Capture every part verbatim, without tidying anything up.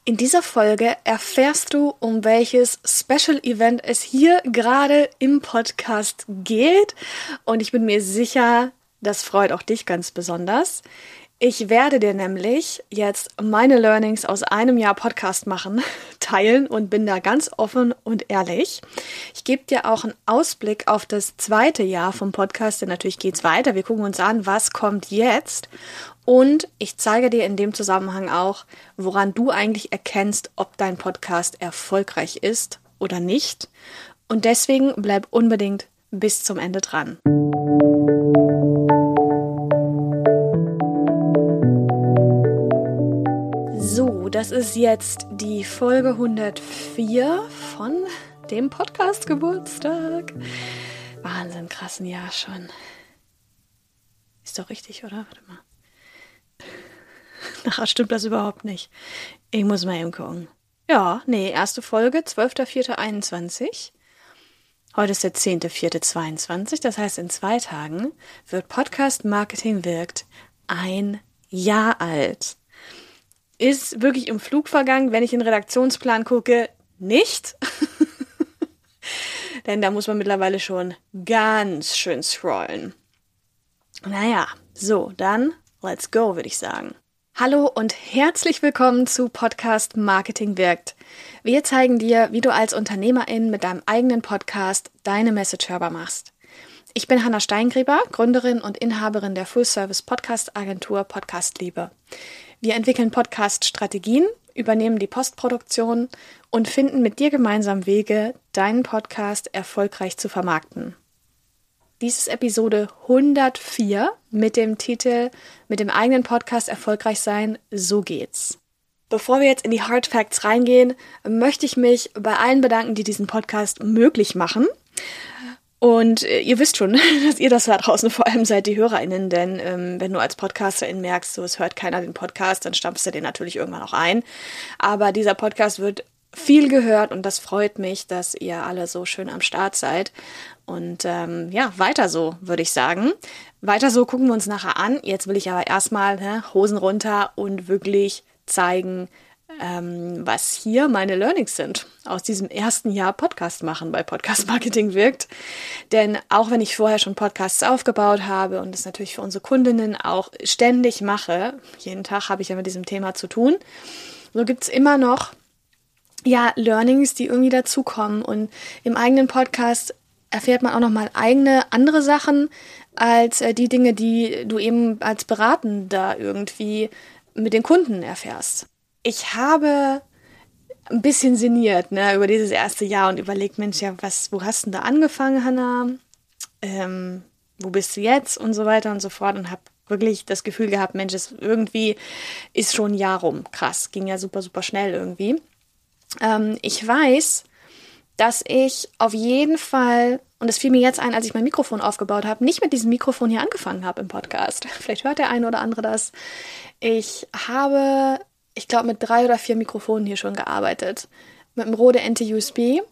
In dieser Folge erfährst du, um welches Special Event es hier gerade im Podcast geht. Und ich bin mir sicher, das freut auch dich ganz besonders. Ich werde dir nämlich jetzt meine Learnings aus einem Jahr Podcast machen, teilen und bin da ganz offen und ehrlich. Ich gebe dir auch einen Ausblick auf das zweite Jahr vom Podcast, denn natürlich geht's weiter. Wir gucken uns an, was kommt jetzt. Und ich zeige dir in dem Zusammenhang auch, woran du eigentlich erkennst, ob dein Podcast erfolgreich ist oder nicht. Und deswegen bleib unbedingt bis zum Ende dran. So, das ist jetzt die Folge hundertvier von dem Podcast Geburtstag. Wahnsinn, krassen Jahr schon. Ist doch richtig, oder? Warte mal. Ach, stimmt das überhaupt nicht. Ich muss mal eben gucken. Ja, nee, erste Folge, zwölfter vierter einundzwanzig. Heute ist der zehnter vierter zweiundzwanzig. Das heißt, in zwei Tagen wird Podcast Marketing wirkt ein Jahr alt. Ist wirklich im Flug vergangen, wenn ich in den Redaktionsplan gucke, nicht. Denn da muss man mittlerweile schon ganz schön scrollen. Naja, so, dann let's go, würde ich sagen. Hallo und herzlich willkommen zu Podcast Marketing wirkt. Wir zeigen dir, wie du als Unternehmerin mit deinem eigenen Podcast deine Message hörbar machst. Ich bin Hanna Steingräber, Gründerin und Inhaberin der Full-Service-Podcast-Agentur Podcastliebe. Wir entwickeln Podcast-Strategien, übernehmen die Postproduktion und finden mit dir gemeinsam Wege, deinen Podcast erfolgreich zu vermarkten. Dies ist Episode hundertvier mit dem Titel mit dem eigenen Podcast erfolgreich sein, so geht's. Bevor wir jetzt in die Hard Facts reingehen, möchte ich mich bei allen bedanken, die diesen Podcast möglich machen. Und äh, ihr wisst schon, dass ihr das da draußen vor allem seid, die HörerInnen, denn ähm, wenn du als Podcasterin merkst, so es hört keiner den Podcast, dann stampfst du den natürlich irgendwann auch ein. Aber dieser Podcast wird viel gehört und das freut mich, dass ihr alle so schön am Start seid. Und ähm, ja, weiter so, würde ich sagen. Weiter so gucken wir uns nachher an. Jetzt will ich aber erstmal ne, Hosen runter und wirklich zeigen, ähm, was hier meine Learnings sind aus diesem ersten Jahr Podcast machen bei Podcast Marketing wirkt. Denn auch wenn ich vorher schon Podcasts aufgebaut habe und das natürlich für unsere Kundinnen auch ständig mache, jeden Tag habe ich ja mit diesem Thema zu tun, so gibt's immer noch ja Learnings, die irgendwie dazukommen. Und im eigenen Podcast erfährt man auch nochmal eigene, andere Sachen als äh, die Dinge, die du eben als Beratender irgendwie mit den Kunden erfährst. Ich habe ein bisschen sinniert ne, über dieses erste Jahr und überlegt, Mensch, ja, was, wo hast du denn da angefangen, Hanna? Ähm, wo bist du jetzt? Und so weiter und so fort und habe wirklich das Gefühl gehabt, Mensch, es irgendwie ist schon ein Jahr rum. Krass, ging ja super, super schnell irgendwie. Ähm, ich weiß, dass ich auf jeden Fall, und es fiel mir jetzt ein, als ich mein Mikrofon aufgebaut habe, nicht mit diesem Mikrofon hier angefangen habe im Podcast. Vielleicht hört der eine oder andere das. Ich habe, ich glaube, mit drei oder vier Mikrofonen hier schon gearbeitet. Mit dem Rode N T U S B.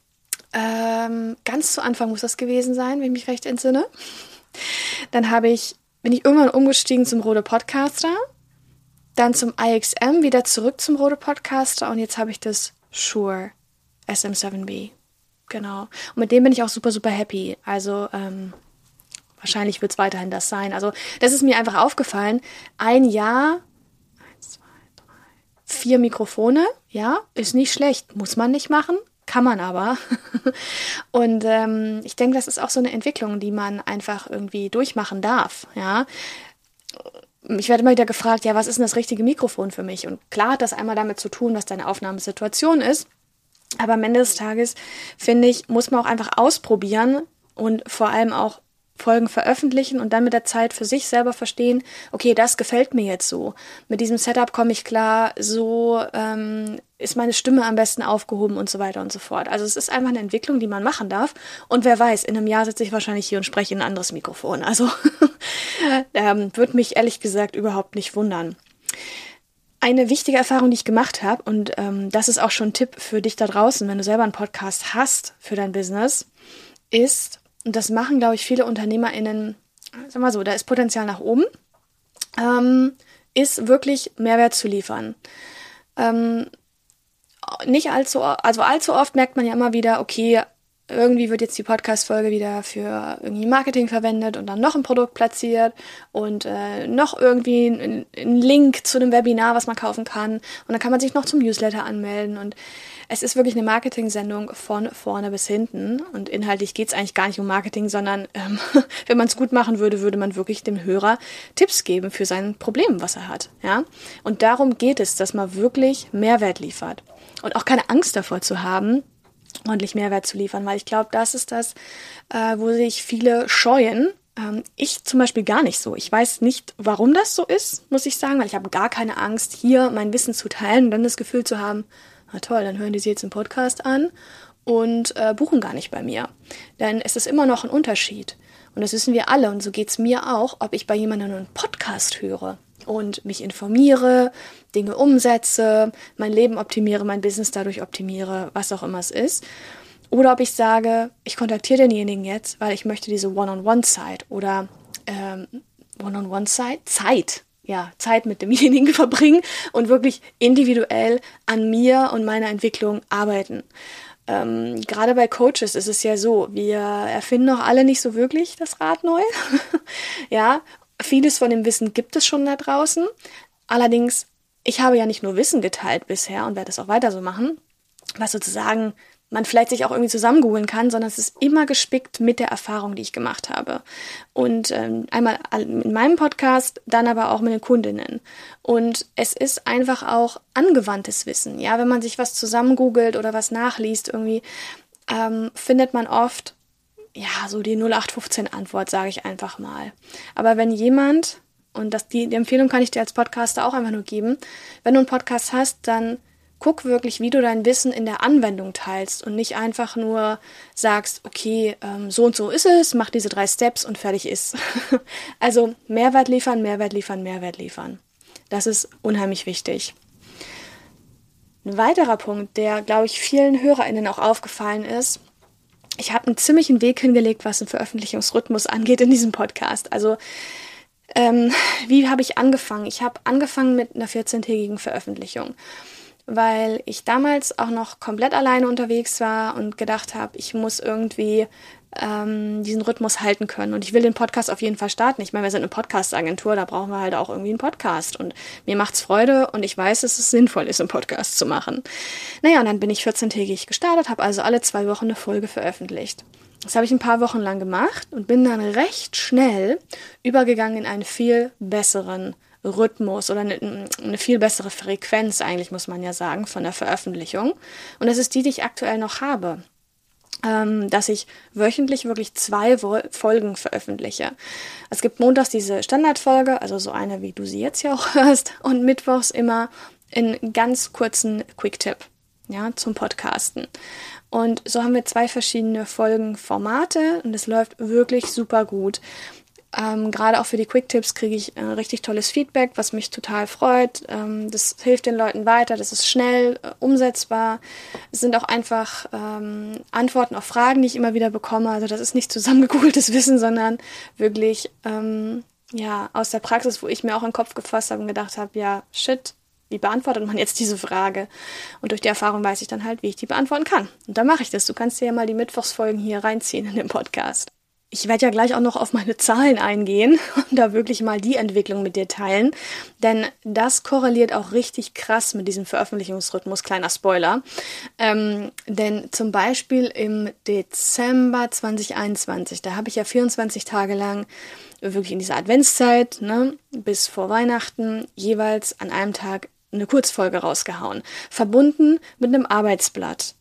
Ähm, ganz zu Anfang muss das gewesen sein, wenn ich mich recht entsinne. Dann habe ich, bin ich irgendwann umgestiegen zum Rode Podcaster. Dann zum I X M, wieder zurück zum Rode Podcaster. Und jetzt habe ich das Shure S M sieben B. Genau. Und mit dem bin ich auch super, super happy. Also ähm, wahrscheinlich wird es weiterhin das sein. Also das ist mir einfach aufgefallen. Ein Jahr, eins, zwei, drei, vier Mikrofone, ja, ist nicht schlecht. Muss man nicht machen, kann man aber. Und ähm, ich denke, das ist auch so eine Entwicklung, die man einfach irgendwie durchmachen darf, ja. Ich werde immer wieder gefragt, ja, was ist denn das richtige Mikrofon für mich? Und klar hat das einmal damit zu tun, was deine Aufnahmesituation ist. Aber am Ende des Tages, finde ich, muss man auch einfach ausprobieren und vor allem auch Folgen veröffentlichen und dann mit der Zeit für sich selber verstehen, okay, das gefällt mir jetzt so. Mit diesem Setup komme ich klar, so ähm, ist meine Stimme am besten aufgehoben und so weiter und so fort. Also es ist einfach eine Entwicklung, die man machen darf. Und wer weiß, in einem Jahr sitze ich wahrscheinlich hier und spreche in ein anderes Mikrofon. Also ähm, würde mich ehrlich gesagt überhaupt nicht wundern. Eine wichtige Erfahrung, die ich gemacht habe, und ähm, das ist auch schon ein Tipp für dich da draußen, wenn du selber einen Podcast hast für dein Business, ist, und das machen, glaube ich, viele UnternehmerInnen, sag mal so, da ist Potenzial nach oben, ähm, ist wirklich Mehrwert zu liefern. Ähm, nicht allzu, also allzu oft merkt man ja immer wieder, okay, irgendwie wird jetzt die Podcast-Folge wieder für irgendwie Marketing verwendet und dann noch ein Produkt platziert und äh, noch irgendwie ein, ein Link zu einem Webinar, was man kaufen kann. Und dann kann man sich noch zum Newsletter anmelden. Und es ist wirklich eine Marketing-Sendung von vorne bis hinten. Und inhaltlich geht es eigentlich gar nicht um Marketing, sondern ähm, wenn man es gut machen würde, würde man wirklich dem Hörer Tipps geben für sein Problem, was er hat. Ja? Und darum geht es, dass man wirklich Mehrwert liefert. Und auch keine Angst davor zu haben, ordentlich Mehrwert zu liefern, weil ich glaube, das ist das, äh, wo sich viele scheuen. Ähm, ich zum Beispiel gar nicht so. Ich weiß nicht, warum das so ist, muss ich sagen, weil ich habe gar keine Angst, hier mein Wissen zu teilen und dann das Gefühl zu haben, na toll, dann hören die sich jetzt einen Podcast an und äh, buchen gar nicht bei mir. Denn es ist immer noch ein Unterschied. Und das wissen wir alle und so geht's mir auch, ob ich bei jemandem einen Podcast höre und mich informiere, Dinge umsetze, mein Leben optimiere, mein Business dadurch optimiere, was auch immer es ist. Oder ob ich sage, ich kontaktiere denjenigen jetzt, weil ich möchte diese One-on-One-Zeit oder ähm, One-on-One-Zeit, Zeit, ja, Zeit mit demjenigen verbringen und wirklich individuell an mir und meiner Entwicklung arbeiten. Ähm, gerade bei Coaches ist es ja so, wir erfinden noch alle nicht so wirklich das Rad neu. Ja, vieles von dem Wissen gibt es schon da draußen. Allerdings, ich habe ja nicht nur Wissen geteilt bisher und werde es auch weiter so machen, was sozusagen man vielleicht sich auch irgendwie zusammen googeln kann, sondern es ist immer gespickt mit der Erfahrung, die ich gemacht habe. Und ähm, einmal in meinem Podcast, dann aber auch mit den Kundinnen. Und es ist einfach auch angewandtes Wissen. Ja, wenn man sich was zusammen googelt oder was nachliest, irgendwie ähm, findet man oft ja so die null acht fünfzehn Antwort, sage ich einfach mal. Aber wenn jemand, und das, die, die Empfehlung kann ich dir als Podcaster auch einfach nur geben, wenn du einen Podcast hast, dann guck wirklich, wie du dein Wissen in der Anwendung teilst und nicht einfach nur sagst, okay, ähm, so und so ist es, mach diese drei Steps und fertig ist. Also Mehrwert liefern, Mehrwert liefern, Mehrwert liefern. Das ist unheimlich wichtig. Ein weiterer Punkt, der, glaube ich, vielen HörerInnen auch aufgefallen ist, ich habe einen ziemlichen Weg hingelegt, was den Veröffentlichungsrhythmus angeht in diesem Podcast. Also ähm, wie habe ich angefangen? Ich habe angefangen mit einer vierzehntägigen Veröffentlichung, weil ich damals auch noch komplett alleine unterwegs war und gedacht habe, ich muss irgendwie ähm, diesen Rhythmus halten können. Und ich will den Podcast auf jeden Fall starten. Ich meine, wir sind eine Podcast-Agentur, da brauchen wir halt auch irgendwie einen Podcast. Und mir macht's Freude und ich weiß, dass es sinnvoll ist, einen Podcast zu machen. Naja, und dann bin ich vierzehntägig gestartet, habe also alle zwei Wochen eine Folge veröffentlicht. Das habe ich ein paar Wochen lang gemacht und bin dann recht schnell übergegangen in einen viel besseren Rhythmus oder eine, eine viel bessere Frequenz eigentlich, muss man ja sagen, von der Veröffentlichung. Und das ist die, die ich aktuell noch habe. Ähm, dass ich wöchentlich wirklich zwei Wo- Folgen veröffentliche. Es gibt montags diese Standardfolge, also so eine, wie du sie jetzt ja auch hörst, und mittwochs immer in ganz kurzen Quick-Tipp, ja, zum Podcasten. Und so haben wir zwei verschiedene Folgenformate und es läuft wirklich super gut. Ähm, gerade auch für die Quick-Tipps kriege ich äh, richtig tolles Feedback, was mich total freut. Ähm, das hilft den Leuten weiter, das ist schnell äh, umsetzbar. Es sind auch einfach ähm, Antworten auf Fragen, die ich immer wieder bekomme. Also das ist nicht zusammengegoogeltes Wissen, sondern wirklich ähm, ja aus der Praxis, wo ich mir auch in den Kopf gefasst habe und gedacht habe, ja, shit, wie beantwortet man jetzt diese Frage? Und durch die Erfahrung weiß ich dann halt, wie ich die beantworten kann. Und da mache ich das. Du kannst dir ja mal die Mittwochsfolgen hier reinziehen in den Podcast. Ich werde ja gleich auch noch auf meine Zahlen eingehen und da wirklich mal die Entwicklung mit dir teilen, denn das korreliert auch richtig krass mit diesem Veröffentlichungsrhythmus, kleiner Spoiler. Ähm, denn zum Beispiel im Dezember zwanzig einundzwanzig, da habe ich ja vierundzwanzig Tage lang wirklich in dieser Adventszeit, ne, bis vor Weihnachten jeweils an einem Tag eine Kurzfolge rausgehauen, verbunden mit einem Arbeitsblatt.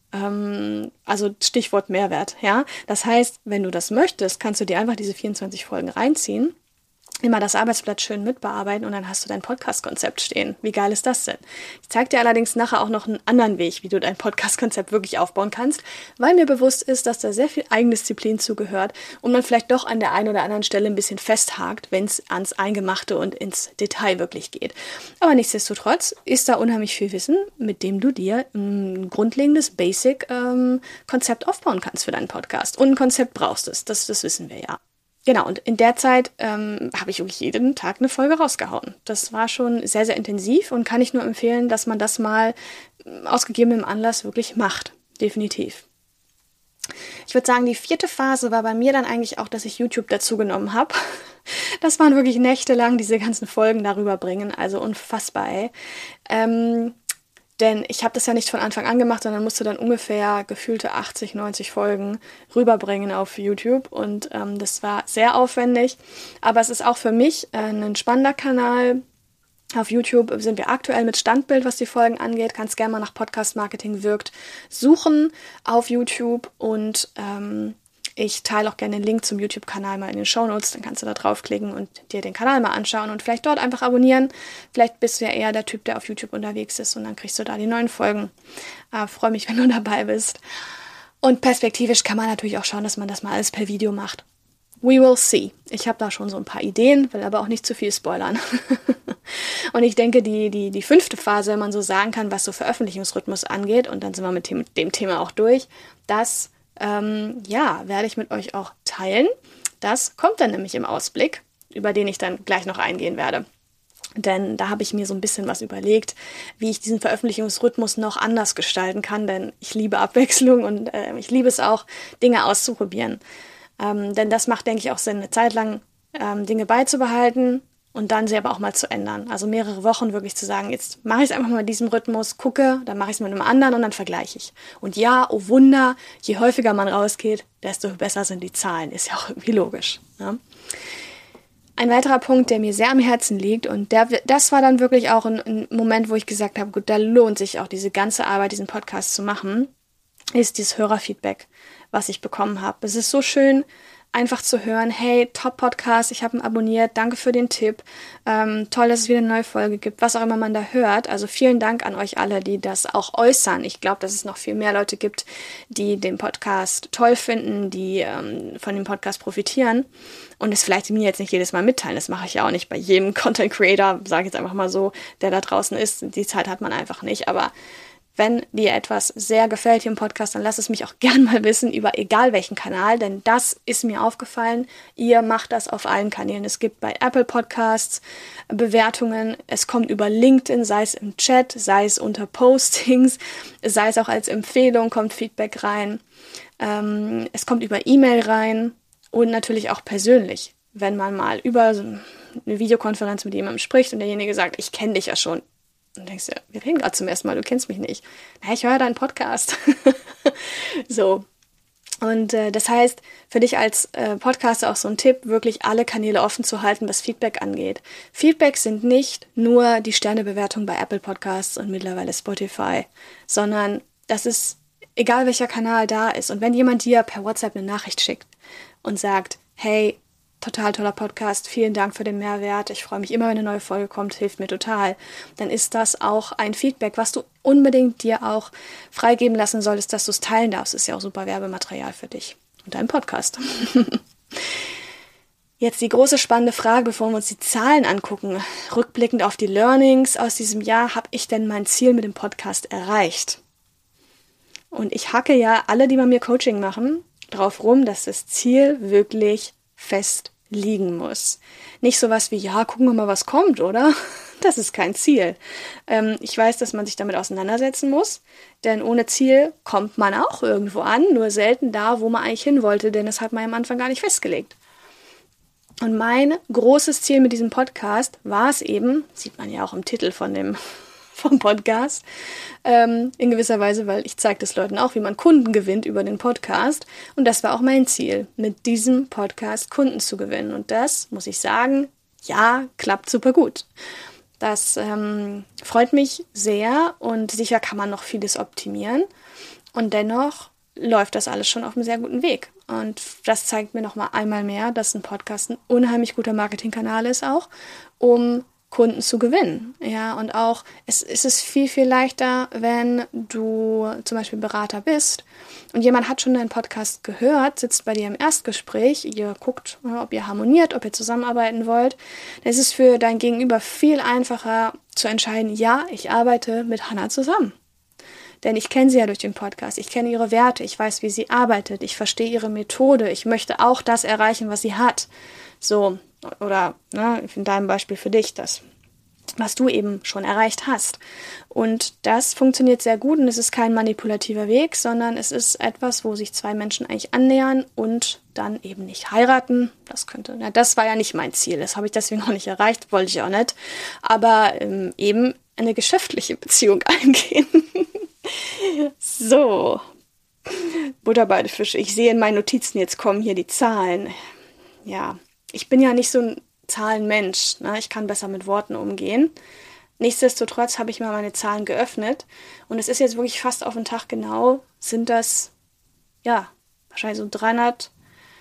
Also Stichwort Mehrwert, ja. Das heißt, wenn du das möchtest, kannst du dir einfach diese vierundzwanzig Folgen reinziehen, immer das Arbeitsblatt schön mitbearbeiten und dann hast du dein Podcast-Konzept stehen. Wie geil ist das denn? Ich zeige dir allerdings nachher auch noch einen anderen Weg, wie du dein Podcast-Konzept wirklich aufbauen kannst, weil mir bewusst ist, dass da sehr viel Eigendisziplin zugehört und man vielleicht doch an der einen oder anderen Stelle ein bisschen festhakt, wenn es ans Eingemachte und ins Detail wirklich geht. Aber nichtsdestotrotz ist da unheimlich viel Wissen, mit dem du dir ein grundlegendes Basic-Konzept ähm, aufbauen kannst für deinen Podcast. Und ein Konzept brauchst es, das, das wissen wir ja. Genau, und in der Zeit ähm, habe ich wirklich jeden Tag eine Folge rausgehauen. Das war schon sehr, sehr intensiv und kann ich nur empfehlen, dass man das mal aus gegebenem Anlass wirklich macht. Definitiv. Ich würde sagen, die vierte Phase war bei mir dann eigentlich auch, dass ich YouTube dazu genommen habe. Das waren wirklich nächtelang, diese ganzen Folgen darüber bringen, also unfassbar, ey. Ähm, denn ich habe das ja nicht von Anfang an gemacht, sondern musste dann ungefähr gefühlte achtzig, neunzig Folgen rüberbringen auf YouTube und ähm, das war sehr aufwendig, aber es ist auch für mich äh, ein spannender Kanal. Auf YouTube sind wir aktuell mit Standbild, was die Folgen angeht. Kannst gerne mal nach Podcast Marketing wirkt suchen auf YouTube und ähm, ich teile auch gerne den Link zum YouTube-Kanal mal in den Shownotes. Dann kannst du da draufklicken und dir den Kanal mal anschauen und vielleicht dort einfach abonnieren. Vielleicht bist du ja eher der Typ, der auf YouTube unterwegs ist und dann kriegst du da die neuen Folgen. Äh, freue mich, wenn du dabei bist. Und perspektivisch kann man natürlich auch schauen, dass man das mal alles per Video macht. We will see. Ich habe da schon so ein paar Ideen, will aber auch nicht zu viel spoilern. Und ich denke, die, die, die fünfte Phase, wenn man so sagen kann, was so Veröffentlichungsrhythmus angeht, und dann sind wir mit dem, dem Thema auch durch, das, ähm, ja, werde ich mit euch auch teilen. Das kommt dann nämlich im Ausblick, über den ich dann gleich noch eingehen werde. Denn da habe ich mir so ein bisschen was überlegt, wie ich diesen Veröffentlichungsrhythmus noch anders gestalten kann, denn ich liebe Abwechslung und äh, ich liebe es auch, Dinge auszuprobieren. Ähm, denn das macht, denke ich, auch Sinn, eine Zeit lang ähm, Dinge beizubehalten und dann sie aber auch mal zu ändern. Also mehrere Wochen wirklich zu sagen, jetzt mache ich es einfach mal in diesem Rhythmus, gucke, dann mache ich es mit einem anderen und dann vergleiche ich. Und ja, oh Wunder, je häufiger man rausgeht, desto besser sind die Zahlen. Ist ja auch irgendwie logisch. Ja? Ein weiterer Punkt, der mir sehr am Herzen liegt und der, das war dann wirklich auch ein, ein Moment, wo ich gesagt habe, gut, da lohnt sich auch diese ganze Arbeit, diesen Podcast zu machen, ist dieses Hörerfeedback, was ich bekommen habe. Es ist so schön, einfach zu hören, hey, Top-Podcast, ich habe ihn abonniert, danke für den Tipp, ähm, toll, dass es wieder eine neue Folge gibt, was auch immer man da hört. Also vielen Dank an euch alle, die das auch äußern. Ich glaube, dass es noch viel mehr Leute gibt, die den Podcast toll finden, die ähm, von dem Podcast profitieren und es vielleicht mir jetzt nicht jedes Mal mitteilen. Das mache ich ja auch nicht bei jedem Content-Creator, sage ich jetzt einfach mal so, der da draußen ist. Die Zeit hat man einfach nicht, aber wenn dir etwas sehr gefällt hier im Podcast, dann lass es mich auch gern mal wissen über egal welchen Kanal, denn das ist mir aufgefallen. Ihr macht das auf allen Kanälen. Es gibt bei Apple Podcasts Bewertungen, es kommt über LinkedIn, sei es im Chat, sei es unter Postings, sei es auch als Empfehlung, kommt Feedback rein. Ähm, es kommt über E-Mail rein und natürlich auch persönlich, wenn man mal über so eine Videokonferenz mit jemandem spricht und derjenige sagt, ich kenne dich ja schon. Und denkst du, wir reden gerade zum ersten Mal, du kennst mich nicht. Na, ich höre deinen Podcast. So. Und äh, das heißt, für dich als äh, Podcaster auch so ein Tipp, wirklich alle Kanäle offen zu halten, was Feedback angeht. Feedback sind nicht nur die Sternebewertung bei Apple Podcasts und mittlerweile Spotify, sondern das ist, egal welcher Kanal da ist. Und wenn jemand dir per WhatsApp eine Nachricht schickt und sagt, hey, total toller Podcast, vielen Dank für den Mehrwert, ich freue mich immer, wenn eine neue Folge kommt, hilft mir total, dann ist das auch ein Feedback, was du unbedingt dir auch freigeben lassen solltest, dass du es teilen darfst. Das ist ja auch super Werbematerial für dich und deinen Podcast. Jetzt die große spannende Frage, bevor wir uns die Zahlen angucken. Rückblickend auf die Learnings aus diesem Jahr, habe ich denn mein Ziel mit dem Podcast erreicht? Und ich hacke ja alle, die bei mir Coaching machen, drauf rum, dass das Ziel wirklich fest liegen muss. Nicht sowas wie, ja, gucken wir mal, was kommt, oder? Das ist kein Ziel. Ähm, ich weiß, dass man sich damit auseinandersetzen muss, denn ohne Ziel kommt man auch irgendwo an, nur selten da, wo man eigentlich hin wollte, denn das hat man am Anfang gar nicht festgelegt. Und mein großes Ziel mit diesem Podcast war es eben, sieht man ja auch im Titel von dem vom Podcast, ähm, in gewisser Weise, weil ich zeige das Leuten auch, wie man Kunden gewinnt über den Podcast. Und das war auch mein Ziel, mit diesem Podcast Kunden zu gewinnen. Und das, muss ich sagen, ja, klappt super gut. Das ähm, freut mich sehr und sicher kann man noch vieles optimieren. Und dennoch läuft das alles schon auf einem sehr guten Weg. Und das zeigt mir noch mal einmal mehr, dass ein Podcast ein unheimlich guter Marketingkanal ist auch, um Kunden zu gewinnen. Ja, und auch, es, es ist viel, viel leichter, wenn du zum Beispiel Berater bist und jemand hat schon deinen Podcast gehört, sitzt bei dir im Erstgespräch, ihr guckt, ob ihr harmoniert, ob ihr zusammenarbeiten wollt, dann ist es für dein Gegenüber viel einfacher zu entscheiden, ja, ich arbeite mit Hannah zusammen. Denn ich kenne sie ja durch den Podcast, ich kenne ihre Werte, ich weiß, wie sie arbeitet, ich verstehe ihre Methode, ich möchte auch das erreichen, was sie hat. So, oder ne, in deinem Beispiel für dich, das was du eben schon erreicht hast. Und das funktioniert sehr gut und es ist kein manipulativer Weg, sondern es ist etwas, wo sich zwei Menschen eigentlich annähern und dann eben nicht heiraten. Das könnte, na, das war ja nicht mein Ziel, das habe ich deswegen noch nicht erreicht, wollte ich auch nicht, aber ähm, eben eine geschäftliche Beziehung eingehen. So, Butter bei den Fische. Ich sehe in meinen Notizen, jetzt kommen hier die Zahlen. Ja, ich bin ja nicht so ein Zahlenmensch, ne? Ich kann besser mit Worten umgehen. Nichtsdestotrotz habe ich mal meine Zahlen geöffnet und es ist jetzt wirklich fast auf den Tag genau, sind das, ja, wahrscheinlich so dreihundert,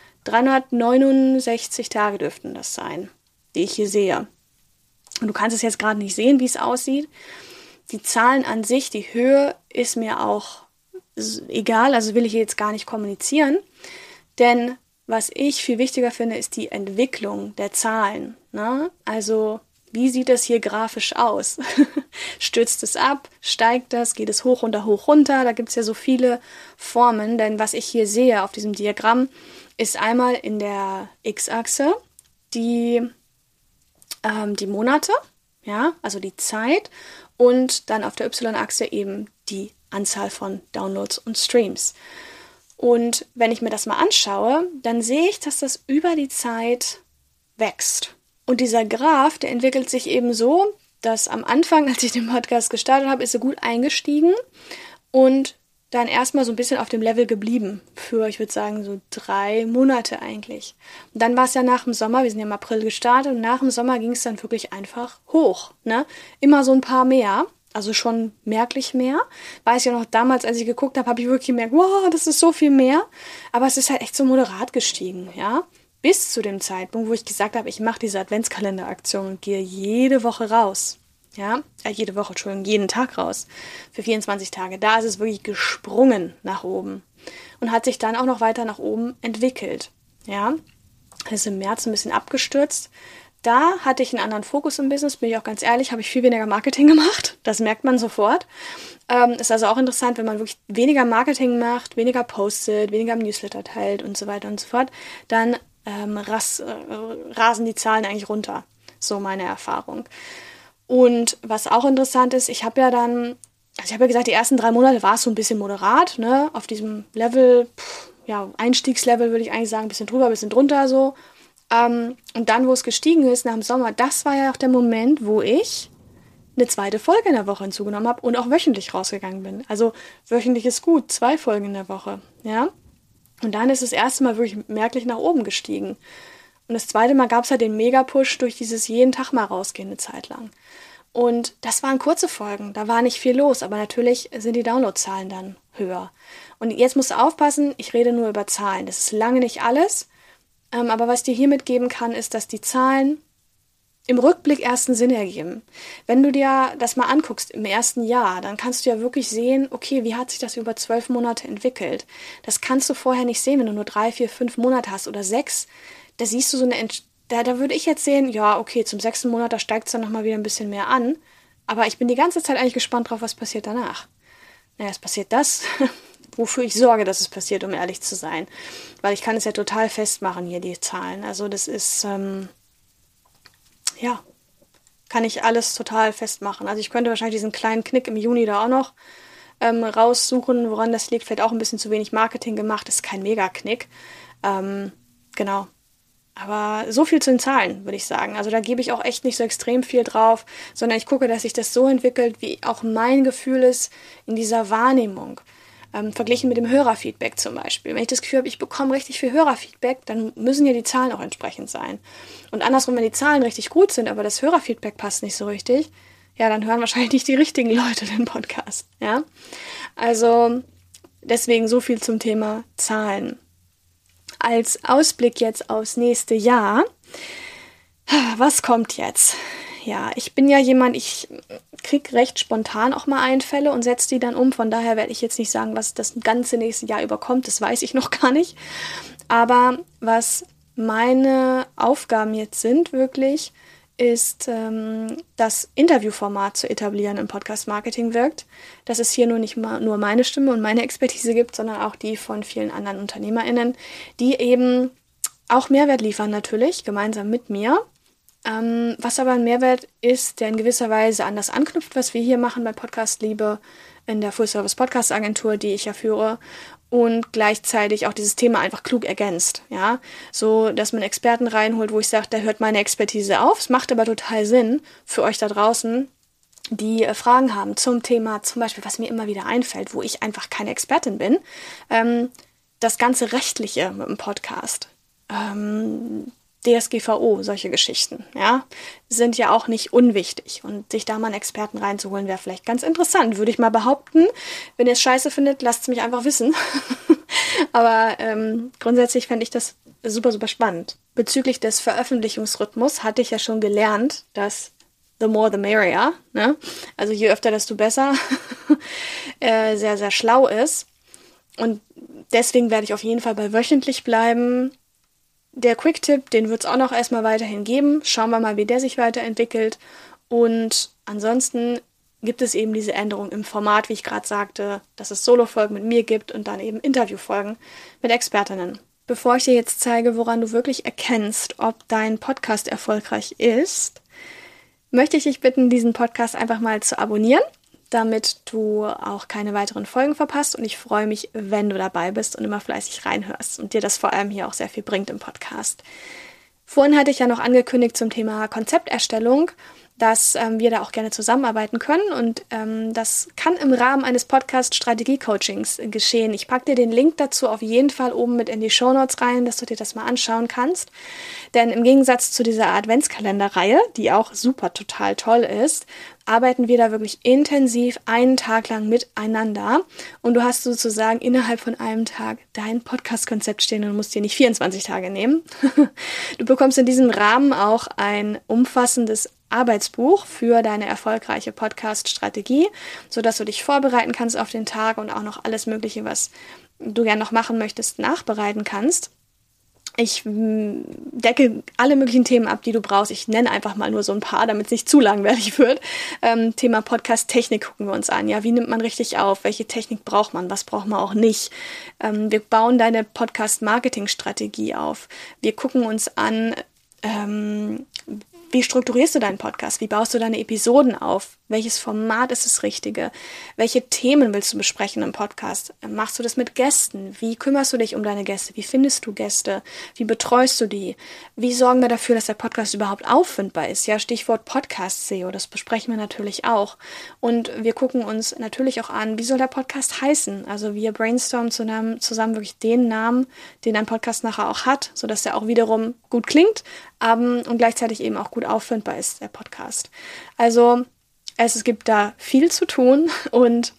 dreihundertneunundsechzig Tage dürften das sein, die ich hier sehe. Und du kannst es jetzt gerade nicht sehen, wie es aussieht. Die Zahlen an sich, die Höhe ist mir auch egal, also will ich jetzt gar nicht kommunizieren, denn was ich viel wichtiger finde, ist die Entwicklung der Zahlen, ne? Also wie sieht das hier grafisch aus? Stürzt es ab? Steigt das? Geht es hoch, runter, hoch, runter? Da gibt es ja so viele Formen, denn was ich hier sehe auf diesem Diagramm, ist einmal in der X-Achse die, ähm, die Monate, ja, also die Zeit, und dann auf der Y-Achse eben die Anzahl von Downloads und Streams. Und wenn ich mir das mal anschaue, dann sehe ich, dass das über die Zeit wächst. Und dieser Graph, der entwickelt sich eben so, dass am Anfang, als ich den Podcast gestartet habe, ist er gut eingestiegen und dann erstmal so ein bisschen auf dem Level geblieben. Für, ich würde sagen, so drei Monate eigentlich. Und dann war es ja nach dem Sommer, wir sind ja im April gestartet, und nach dem Sommer ging es dann wirklich einfach hoch, ne? Immer so ein paar mehr. Also schon merklich mehr. Weiß ja noch, damals, als ich geguckt habe, habe ich wirklich gemerkt, wow, das ist so viel mehr. Aber es ist halt echt so moderat gestiegen, ja. Bis zu dem Zeitpunkt, wo ich gesagt habe, ich mache diese Adventskalenderaktion und gehe jede Woche raus. Ja, äh, jede Woche, Entschuldigung, jeden Tag raus. Für vierundzwanzig Tage. Da ist es wirklich gesprungen nach oben. Und hat sich dann auch noch weiter nach oben entwickelt. Ja, es ist im März ein bisschen abgestürzt. Da hatte ich einen anderen Fokus im Business, bin ich auch ganz ehrlich, habe ich viel weniger Marketing gemacht. Das merkt man sofort. Ähm, ist also auch interessant, wenn man wirklich weniger Marketing macht, weniger postet, weniger im Newsletter teilt und so weiter und so fort, dann ähm, ras, äh, rasen die Zahlen eigentlich runter. So meine Erfahrung. Und was auch interessant ist, ich habe ja dann, also ich habe ja gesagt, die ersten drei Monate war es so ein bisschen moderat, ne, auf diesem Level, pff, ja, Einstiegslevel würde ich eigentlich sagen, ein bisschen drüber, ein bisschen drunter so. Um, und dann, wo es gestiegen ist nach dem Sommer, das war ja auch der Moment, wo ich eine zweite Folge in der Woche hinzugenommen habe und auch wöchentlich rausgegangen bin. Also wöchentlich ist gut, zwei Folgen in der Woche, ja. Und dann ist das erste Mal wirklich merklich nach oben gestiegen. Und das zweite Mal gab es halt den Mega-Push durch dieses jeden Tag mal rausgehen eine Zeit lang. Und das waren kurze Folgen, da war nicht viel los, aber natürlich sind die Downloadzahlen dann höher. Und jetzt musst du aufpassen, ich rede nur über Zahlen, das ist lange nicht alles. Ähm, aber was ich dir hier mitgeben kann, ist, dass die Zahlen im Rückblick erst einen Sinn ergeben. Wenn du dir das mal anguckst im ersten Jahr, dann kannst du ja wirklich sehen, okay, wie hat sich das über zwölf Monate entwickelt? Das kannst du vorher nicht sehen, wenn du nur drei, vier, fünf Monate hast oder sechs. Da siehst du so eine, Ent- da, da würde ich jetzt sehen, ja, okay, zum sechsten Monat, da steigt es dann nochmal wieder ein bisschen mehr an. Aber ich bin die ganze Zeit eigentlich gespannt drauf, was passiert danach. Naja, es passiert das, wofür ich sorge, dass es passiert, um ehrlich zu sein. Weil ich kann es ja total festmachen hier, die Zahlen. Also das ist, ähm, ja, kann ich alles total festmachen. Also ich könnte wahrscheinlich diesen kleinen Knick im Juni da auch noch ähm, raussuchen, woran das liegt. Vielleicht auch ein bisschen zu wenig Marketing gemacht. Das ist kein Mega-Knick. Ähm, genau. Aber so viel zu den Zahlen, würde ich sagen. Also da gebe ich auch echt nicht so extrem viel drauf, sondern ich gucke, dass sich das so entwickelt, wie auch mein Gefühl ist in dieser Wahrnehmung. Ähm, verglichen mit dem Hörerfeedback zum Beispiel. Wenn ich das Gefühl habe, ich bekomme richtig viel Hörerfeedback, dann müssen ja die Zahlen auch entsprechend sein. Und andersrum, wenn die Zahlen richtig gut sind, aber das Hörerfeedback passt nicht so richtig, ja, dann hören wahrscheinlich nicht die richtigen Leute den Podcast. Ja? Also deswegen so viel zum Thema Zahlen. Als Ausblick jetzt aufs nächste Jahr, was kommt jetzt? Ja, ich bin ja jemand, ich kriege recht spontan auch mal Einfälle und setze die dann um. Von daher werde ich jetzt nicht sagen, was das ganze nächste Jahr überkommt. Das weiß ich noch gar nicht. Aber was meine Aufgaben jetzt sind wirklich, ist ähm, das Interviewformat zu etablieren im Podcast Marketing wirkt. Dass es hier nur nicht mal nur meine Stimme und meine Expertise gibt, sondern auch die von vielen anderen UnternehmerInnen, die eben auch Mehrwert liefern natürlich, gemeinsam mit mir. Ähm, was aber ein Mehrwert ist, der in gewisser Weise an das anknüpft, was wir hier machen bei Podcast Liebe in der Full-Service-Podcast-Agentur, die ich ja führe, und gleichzeitig auch dieses Thema einfach klug ergänzt, ja, so, dass man Experten reinholt, wo ich sage, da hört meine Expertise auf, es macht aber total Sinn für euch da draußen, die äh, Fragen haben zum Thema, zum Beispiel, was mir immer wieder einfällt, wo ich einfach keine Expertin bin, ähm, das ganze Rechtliche mit dem Podcast, ähm, D S G V O, solche Geschichten, ja, sind ja auch nicht unwichtig. Und sich da mal einen Experten reinzuholen, wäre vielleicht ganz interessant, würde ich mal behaupten. Wenn ihr es scheiße findet, lasst es mich einfach wissen. Aber ähm, grundsätzlich fände ich das super, super spannend. Bezüglich des Veröffentlichungsrhythmus hatte ich ja schon gelernt, dass the more the merrier, ne? Also je öfter, desto besser, äh, sehr, sehr schlau ist. Und deswegen werde ich auf jeden Fall bei wöchentlich bleiben. Der Quick-Tipp, den wird es auch noch erstmal weiterhin geben. Schauen wir mal, wie der sich weiterentwickelt. Und ansonsten gibt es eben diese Änderung im Format, wie ich gerade sagte, dass es Solo-Folgen mit mir gibt und dann eben Interviewfolgen mit Expertinnen. Bevor ich dir jetzt zeige, woran du wirklich erkennst, ob dein Podcast erfolgreich ist, möchte ich dich bitten, diesen Podcast einfach mal zu abonnieren, damit du auch keine weiteren Folgen verpasst. Und ich freue mich, wenn du dabei bist und immer fleißig reinhörst und dir das vor allem hier auch sehr viel bringt im Podcast. Vorhin hatte ich ja noch angekündigt zum Thema Konzepterstellung, dass ähm, wir da auch gerne zusammenarbeiten können und ähm, das kann im Rahmen eines Podcast-Strategie-Coachings geschehen. Ich packe dir den Link dazu auf jeden Fall oben mit in die Shownotes rein, dass du dir das mal anschauen kannst. Denn im Gegensatz zu dieser Adventskalenderreihe, die auch super total toll ist, arbeiten wir da wirklich intensiv einen Tag lang miteinander und du hast sozusagen innerhalb von einem Tag dein Podcast-Konzept stehen und musst dir nicht vierundzwanzig Tage nehmen. Du bekommst in diesem Rahmen auch ein umfassendes Arbeitsbuch für deine erfolgreiche Podcast-Strategie, sodass du dich vorbereiten kannst auf den Tag und auch noch alles Mögliche, was du gerne noch machen möchtest, nachbereiten kannst. Ich decke alle möglichen Themen ab, die du brauchst. Ich nenne einfach mal nur so ein paar, damit es nicht zu langweilig wird. Ähm, Thema Podcast-Technik gucken wir uns an. Ja, wie nimmt man richtig auf? Welche Technik braucht man? Was braucht man auch nicht? Ähm, wir bauen deine Podcast-Marketing-Strategie auf. Wir gucken uns an, ähm, wie strukturierst du deinen Podcast? Wie baust du deine Episoden auf? Welches Format ist das Richtige? Welche Themen willst du besprechen im Podcast? Machst du das mit Gästen? Wie kümmerst du dich um deine Gäste? Wie findest du Gäste? Wie betreust du die? Wie sorgen wir dafür, dass der Podcast überhaupt auffindbar ist? Ja, Stichwort Podcast-S E O, das besprechen wir natürlich auch. Und wir gucken uns natürlich auch an, wie soll der Podcast heißen? Also wir brainstormen zusammen, zusammen wirklich den Namen, den ein Podcast nachher auch hat, sodass der auch wiederum gut klingt um, und gleichzeitig eben auch gut auffindbar ist, der Podcast. Also es, es gibt da viel zu tun und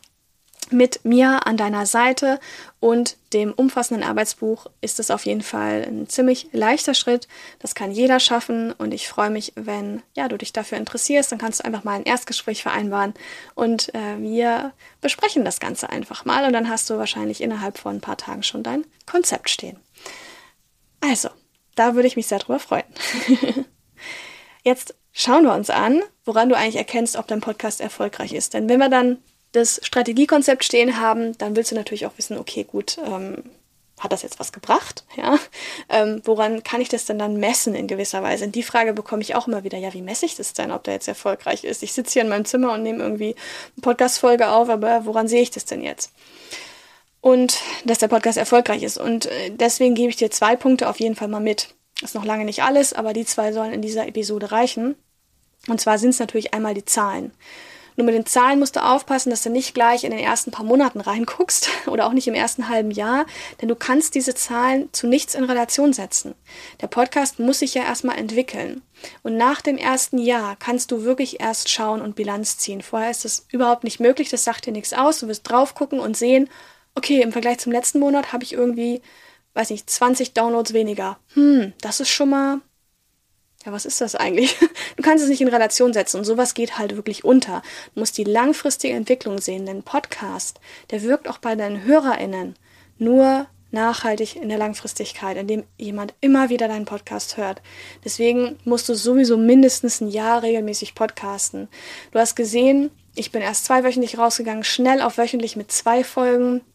mit mir an deiner Seite und dem umfassenden Arbeitsbuch ist es auf jeden Fall ein ziemlich leichter Schritt. Das kann jeder schaffen und ich freue mich, wenn ja, du dich dafür interessierst. Dann kannst du einfach mal ein Erstgespräch vereinbaren und äh, wir besprechen das Ganze einfach mal und dann hast du wahrscheinlich innerhalb von ein paar Tagen schon dein Konzept stehen. Also, da würde ich mich sehr drüber freuen. Jetzt schauen wir uns an, woran du eigentlich erkennst, ob dein Podcast erfolgreich ist. Denn wenn wir dann das Strategiekonzept stehen haben, dann willst du natürlich auch wissen, okay, gut, ähm, hat das jetzt was gebracht? Ja, ähm, woran kann ich das denn dann messen in gewisser Weise? Und die Frage bekomme ich auch immer wieder, ja, wie messe ich das denn, ob der jetzt erfolgreich ist? Ich sitze hier in meinem Zimmer und nehme irgendwie eine Podcast-Folge auf, aber woran sehe ich das denn jetzt? Und dass der Podcast erfolgreich ist. Und deswegen gebe ich dir zwei Punkte auf jeden Fall mal mit. Das ist noch lange nicht alles, aber die zwei sollen in dieser Episode reichen. Und zwar sind es natürlich einmal die Zahlen. Nur mit den Zahlen musst du aufpassen, dass du nicht gleich in den ersten paar Monaten reinguckst oder auch nicht im ersten halben Jahr, denn du kannst diese Zahlen zu nichts in Relation setzen. Der Podcast muss sich ja erstmal entwickeln. Und nach dem ersten Jahr kannst du wirklich erst schauen und Bilanz ziehen. Vorher ist das überhaupt nicht möglich, das sagt dir nichts aus. Du wirst drauf gucken und sehen, okay, im Vergleich zum letzten Monat habe ich irgendwie, weiß nicht, zwanzig Downloads weniger. Hm, das ist schon mal, ja, was ist das eigentlich? Du kannst es nicht in Relation setzen und sowas geht halt wirklich unter. Du musst die langfristige Entwicklung sehen, denn Podcast, der wirkt auch bei deinen HörerInnen nur nachhaltig in der Langfristigkeit, indem jemand immer wieder deinen Podcast hört. Deswegen musst du sowieso mindestens ein Jahr regelmäßig podcasten. Du hast gesehen, ich bin erst zweiwöchentlich rausgegangen, schnell auf wöchentlich mit zwei Folgen.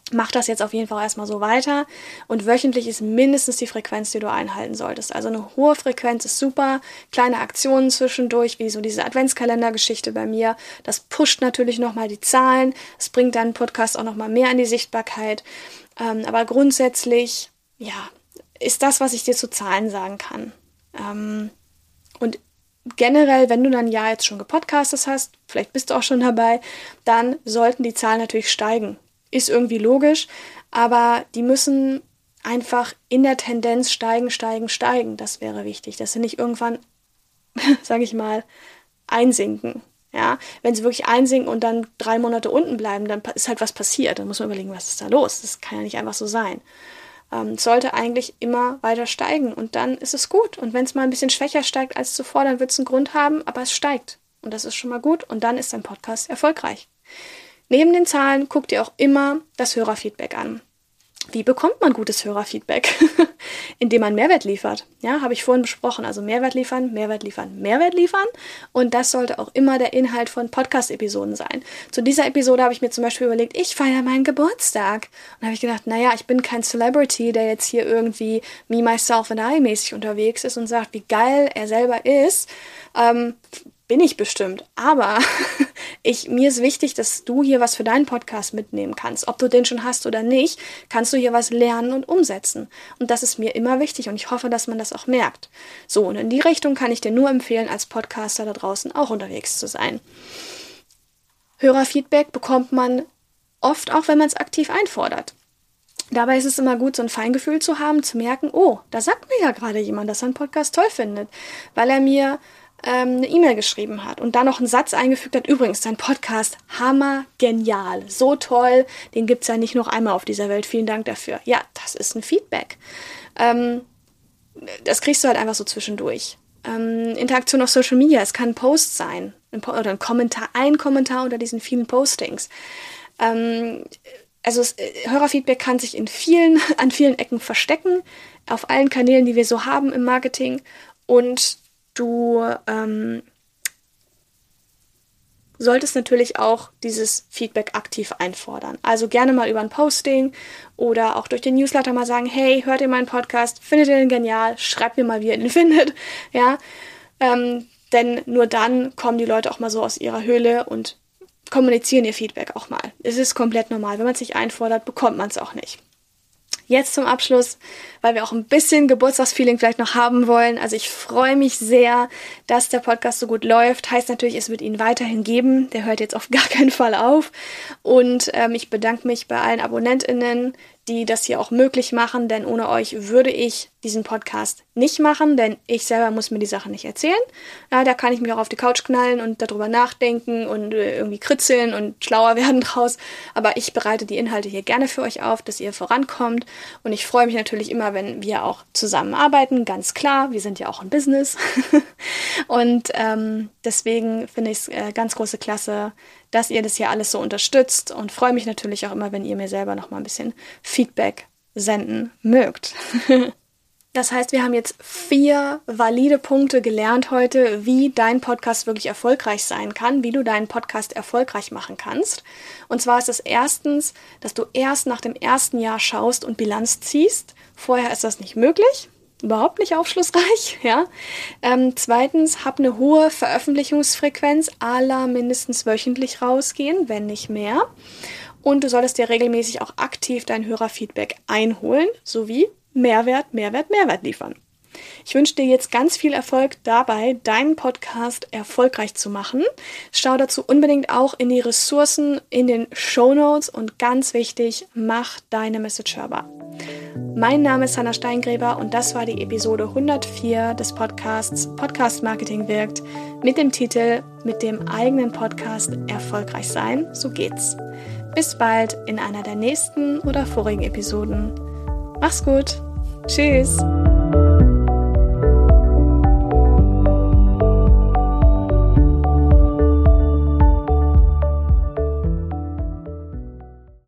mach das jetzt auf jeden Fall erstmal so weiter und wöchentlich ist mindestens die Frequenz, die du einhalten solltest. Also eine hohe Frequenz ist super, kleine Aktionen zwischendurch, wie so diese Adventskalender-Geschichte bei mir, das pusht natürlich nochmal die Zahlen, es bringt deinen Podcast auch nochmal mehr in die Sichtbarkeit, ähm, aber grundsätzlich, ja, ist das, was ich dir zu Zahlen sagen kann. Ähm, und generell, wenn du dann ein Jahr jetzt schon gepodcastet hast, vielleicht bist du auch schon dabei, dann sollten die Zahlen natürlich steigen. Ist irgendwie logisch, aber die müssen einfach in der Tendenz steigen, steigen, steigen. Das wäre wichtig, dass sie nicht irgendwann, sage ich mal, einsinken. Ja, wenn sie wirklich einsinken und dann drei Monate unten bleiben, dann ist halt was passiert. Dann muss man überlegen, was ist da los? Das kann ja nicht einfach so sein. Ähm, es sollte eigentlich immer weiter steigen und dann ist es gut. Und wenn es mal ein bisschen schwächer steigt als zuvor, dann wird es einen Grund haben, aber es steigt. Und das ist schon mal gut und dann ist dein Podcast erfolgreich. Neben den Zahlen guck dir auch immer das Hörerfeedback an. Wie bekommt man gutes Hörerfeedback? Indem man Mehrwert liefert. Ja, habe ich vorhin besprochen. Also Mehrwert liefern, Mehrwert liefern, Mehrwert liefern. Und das sollte auch immer der Inhalt von Podcast-Episoden sein. Zu dieser Episode habe ich mir zum Beispiel überlegt, ich feiere meinen Geburtstag. Und habe ich gedacht, naja, ich bin kein Celebrity, der jetzt hier irgendwie Me, Myself and I mäßig unterwegs ist und sagt, wie geil er selber ist. Ähm, Bin ich bestimmt, aber ich, mir ist wichtig, dass du hier was für deinen Podcast mitnehmen kannst. Ob du den schon hast oder nicht, kannst du hier was lernen und umsetzen. Und das ist mir immer wichtig und ich hoffe, dass man das auch merkt. So, und in die Richtung kann ich dir nur empfehlen, als Podcaster da draußen auch unterwegs zu sein. Hörerfeedback bekommt man oft auch, wenn man es aktiv einfordert. Dabei ist es immer gut, so ein Feingefühl zu haben, zu merken, oh, da sagt mir ja gerade jemand, dass er einen Podcast toll findet, weil er mir eine E-Mail geschrieben hat und dann noch einen Satz eingefügt hat, übrigens, dein Podcast, hammergenial, so toll, den gibt's ja nicht noch einmal auf dieser Welt, vielen Dank dafür. Ja, das ist ein Feedback. Ähm, das kriegst du halt einfach so zwischendurch. Ähm, Interaktion auf Social Media, es kann ein Post sein, ein po- oder ein Kommentar, ein Kommentar unter diesen vielen Postings. Ähm, also es, Hörerfeedback kann sich in vielen, an vielen Ecken verstecken, auf allen Kanälen, die wir so haben im Marketing und Du ähm, solltest natürlich auch dieses Feedback aktiv einfordern. Also gerne mal über ein Posting oder auch durch den Newsletter mal sagen, hey, hört ihr meinen Podcast? Findet ihr den genial? Schreibt mir mal, wie ihr den findet. Ja, ähm, denn nur dann kommen die Leute auch mal so aus ihrer Höhle und kommunizieren ihr Feedback auch mal. Es ist komplett normal. Wenn man es nicht einfordert, bekommt man es auch nicht. Jetzt zum Abschluss, weil wir auch ein bisschen Geburtstagsfeeling vielleicht noch haben wollen. Also ich freue mich sehr, dass der Podcast so gut läuft. Heißt natürlich, es wird ihn weiterhin geben. Der hört jetzt auf gar keinen Fall auf. Und ähm, ich bedanke mich bei allen AbonnentInnen, die das hier auch möglich machen, denn ohne euch würde ich diesen Podcast nicht machen, denn ich selber muss mir die Sachen nicht erzählen. Ja, da kann ich mich auch auf die Couch knallen und darüber nachdenken und äh, irgendwie kritzeln und schlauer werden draus. Aber ich bereite die Inhalte hier gerne für euch auf, dass ihr vorankommt. Und ich freue mich natürlich immer, wenn wir auch zusammenarbeiten, ganz klar. Wir sind ja auch ein Business. und ähm, deswegen finde ich es äh, ganz große Klasse, dass ihr das hier alles so unterstützt und freue mich natürlich auch immer, wenn ihr mir selber noch mal ein bisschen Feedback senden mögt. Das heißt, wir haben jetzt vier valide Punkte gelernt heute, wie dein Podcast wirklich erfolgreich sein kann, wie du deinen Podcast erfolgreich machen kannst. Und zwar ist es erstens, dass du erst nach dem ersten Jahr schaust und Bilanz ziehst. Vorher ist das nicht möglich. Überhaupt nicht aufschlussreich, ja. Ähm, zweitens, hab eine hohe Veröffentlichungsfrequenz, à la mindestens wöchentlich rausgehen, wenn nicht mehr. Und du solltest dir regelmäßig auch aktiv dein Hörerfeedback einholen, sowie Mehrwert, Mehrwert, Mehrwert liefern. Ich wünsche dir jetzt ganz viel Erfolg dabei, deinen Podcast erfolgreich zu machen. Schau dazu unbedingt auch in die Ressourcen in den Shownotes und ganz wichtig, mach deine Message hörbar. Mein Name ist Hanna Steingräber und das war die Episode hundertvier des Podcasts Podcast Marketing wirkt mit dem Titel Mit dem eigenen Podcast erfolgreich sein, so geht's. Bis bald in einer der nächsten oder vorigen Episoden. Mach's gut. Tschüss.